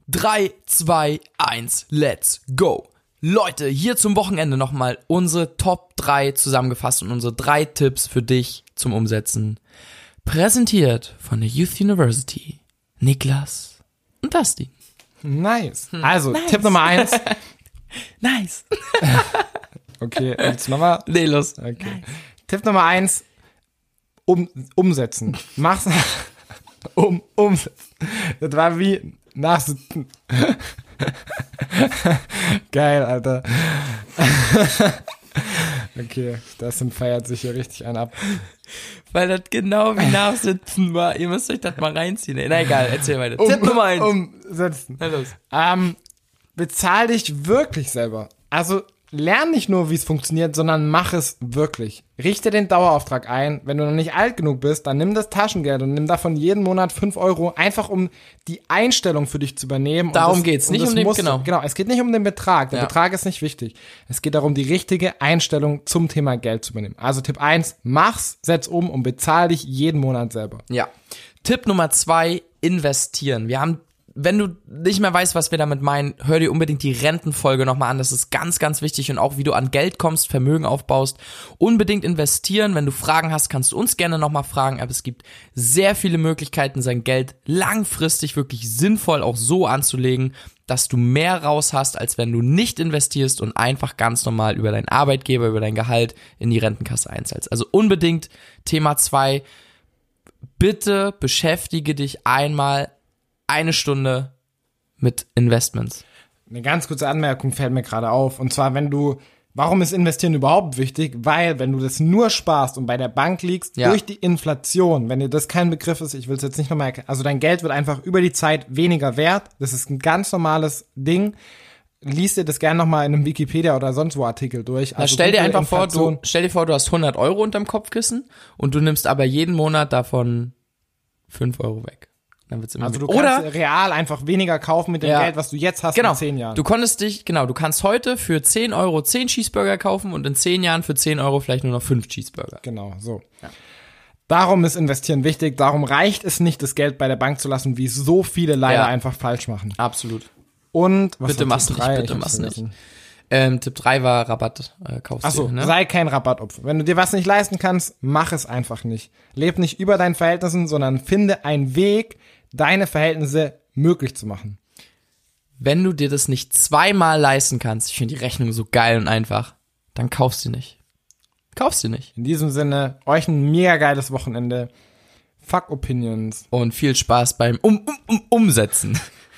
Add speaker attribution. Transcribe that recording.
Speaker 1: 3, 2, 1, let's go. Leute, hier zum Wochenende nochmal unsere Top 3 zusammengefasst und unsere 3 Tipps für dich zum Umsetzen. Präsentiert von der Youth University, Niklas und Dustin.
Speaker 2: Nice. Also, Tipp Nummer 1.
Speaker 1: Nice.
Speaker 2: Okay, jetzt nochmal.
Speaker 1: Nee, los.
Speaker 2: Okay. Nice. Tipp Nummer 1. Umsetzen. Mach's. Umsetzen. Das war wie nachsitzen. Geil, Alter. Okay, das feiert sich hier richtig einen ab.
Speaker 1: Weil das genau wie Nachsitzen war. Ihr müsst euch das mal reinziehen. Na egal, erzähl weiter. Tipp Nummer 1.
Speaker 2: Umsetzen.
Speaker 1: Na los.
Speaker 2: Bezahl dich wirklich selber. Also lern nicht nur, wie es funktioniert, sondern mach es wirklich. Richte den Dauerauftrag ein. Wenn du noch nicht alt genug bist, dann nimm das Taschengeld und nimm davon jeden Monat 5 Euro, einfach um die Einstellung für dich zu übernehmen.
Speaker 1: Darum geht's, nicht um den,
Speaker 2: Genau, es geht nicht um den Betrag. Der Betrag ist nicht wichtig. Es geht darum, die richtige Einstellung zum Thema Geld zu übernehmen. Also Tipp 1, mach's, setz um und bezahl dich jeden Monat selber.
Speaker 1: Ja. Tipp Nummer 2, investieren. Wenn du nicht mehr weißt, was wir damit meinen, hör dir unbedingt die Rentenfolge nochmal an. Das ist ganz, ganz wichtig und auch, wie du an Geld kommst, Vermögen aufbaust. Unbedingt investieren. Wenn du Fragen hast, kannst du uns gerne nochmal fragen. Aber es gibt sehr viele Möglichkeiten, sein Geld langfristig wirklich sinnvoll auch so anzulegen, dass du mehr raus hast, als wenn du nicht investierst und einfach ganz normal über deinen Arbeitgeber, über dein Gehalt in die Rentenkasse einzahlst. Also unbedingt Thema 2. Bitte beschäftige dich einmal 1 Stunde mit Investments.
Speaker 2: Eine ganz kurze Anmerkung fällt mir gerade auf. Und zwar, warum ist Investieren überhaupt wichtig? Weil, wenn du das nur sparst und bei der Bank liegst, durch die Inflation, wenn dir das kein Begriff ist, ich will es jetzt nicht nochmal erklären, also dein Geld wird einfach über die Zeit weniger wert. Das ist ein ganz normales Ding. Lies dir das gerne nochmal in einem Wikipedia oder sonst wo Artikel durch.
Speaker 1: Also stell dir einfach vor, du hast 100 Euro unterm Kopfkissen und du nimmst aber jeden Monat davon 5 Euro weg. Dann wird's immer
Speaker 2: also du kannst real einfach weniger kaufen mit dem Geld, was du jetzt hast in 10 Jahren.
Speaker 1: Du kannst heute für 10 Euro 10 Cheeseburger kaufen und in 10 Jahren für 10 Euro vielleicht nur noch 5 Cheeseburger.
Speaker 2: Genau, so. Ja. Darum ist Investieren wichtig, darum reicht es nicht, das Geld bei der Bank zu lassen, wie so viele leider einfach falsch machen.
Speaker 1: Absolut.
Speaker 2: Und was
Speaker 1: bitte mach's nicht. Tipp 3 war Rabatt, kaufst
Speaker 2: Achso,
Speaker 1: du, ne?
Speaker 2: Sei kein Rabattopfer. Wenn du dir was nicht leisten kannst, mach es einfach nicht. Leb nicht über deinen Verhältnissen, sondern finde einen Weg, deine Verhältnisse möglich zu machen.
Speaker 1: Wenn du dir das nicht 2-mal leisten kannst, ich finde die Rechnung so geil und einfach, dann kaufst du nicht.
Speaker 2: In diesem Sinne, euch ein mega geiles Wochenende. Fuck Opinions.
Speaker 1: Und viel Spaß beim Umsetzen.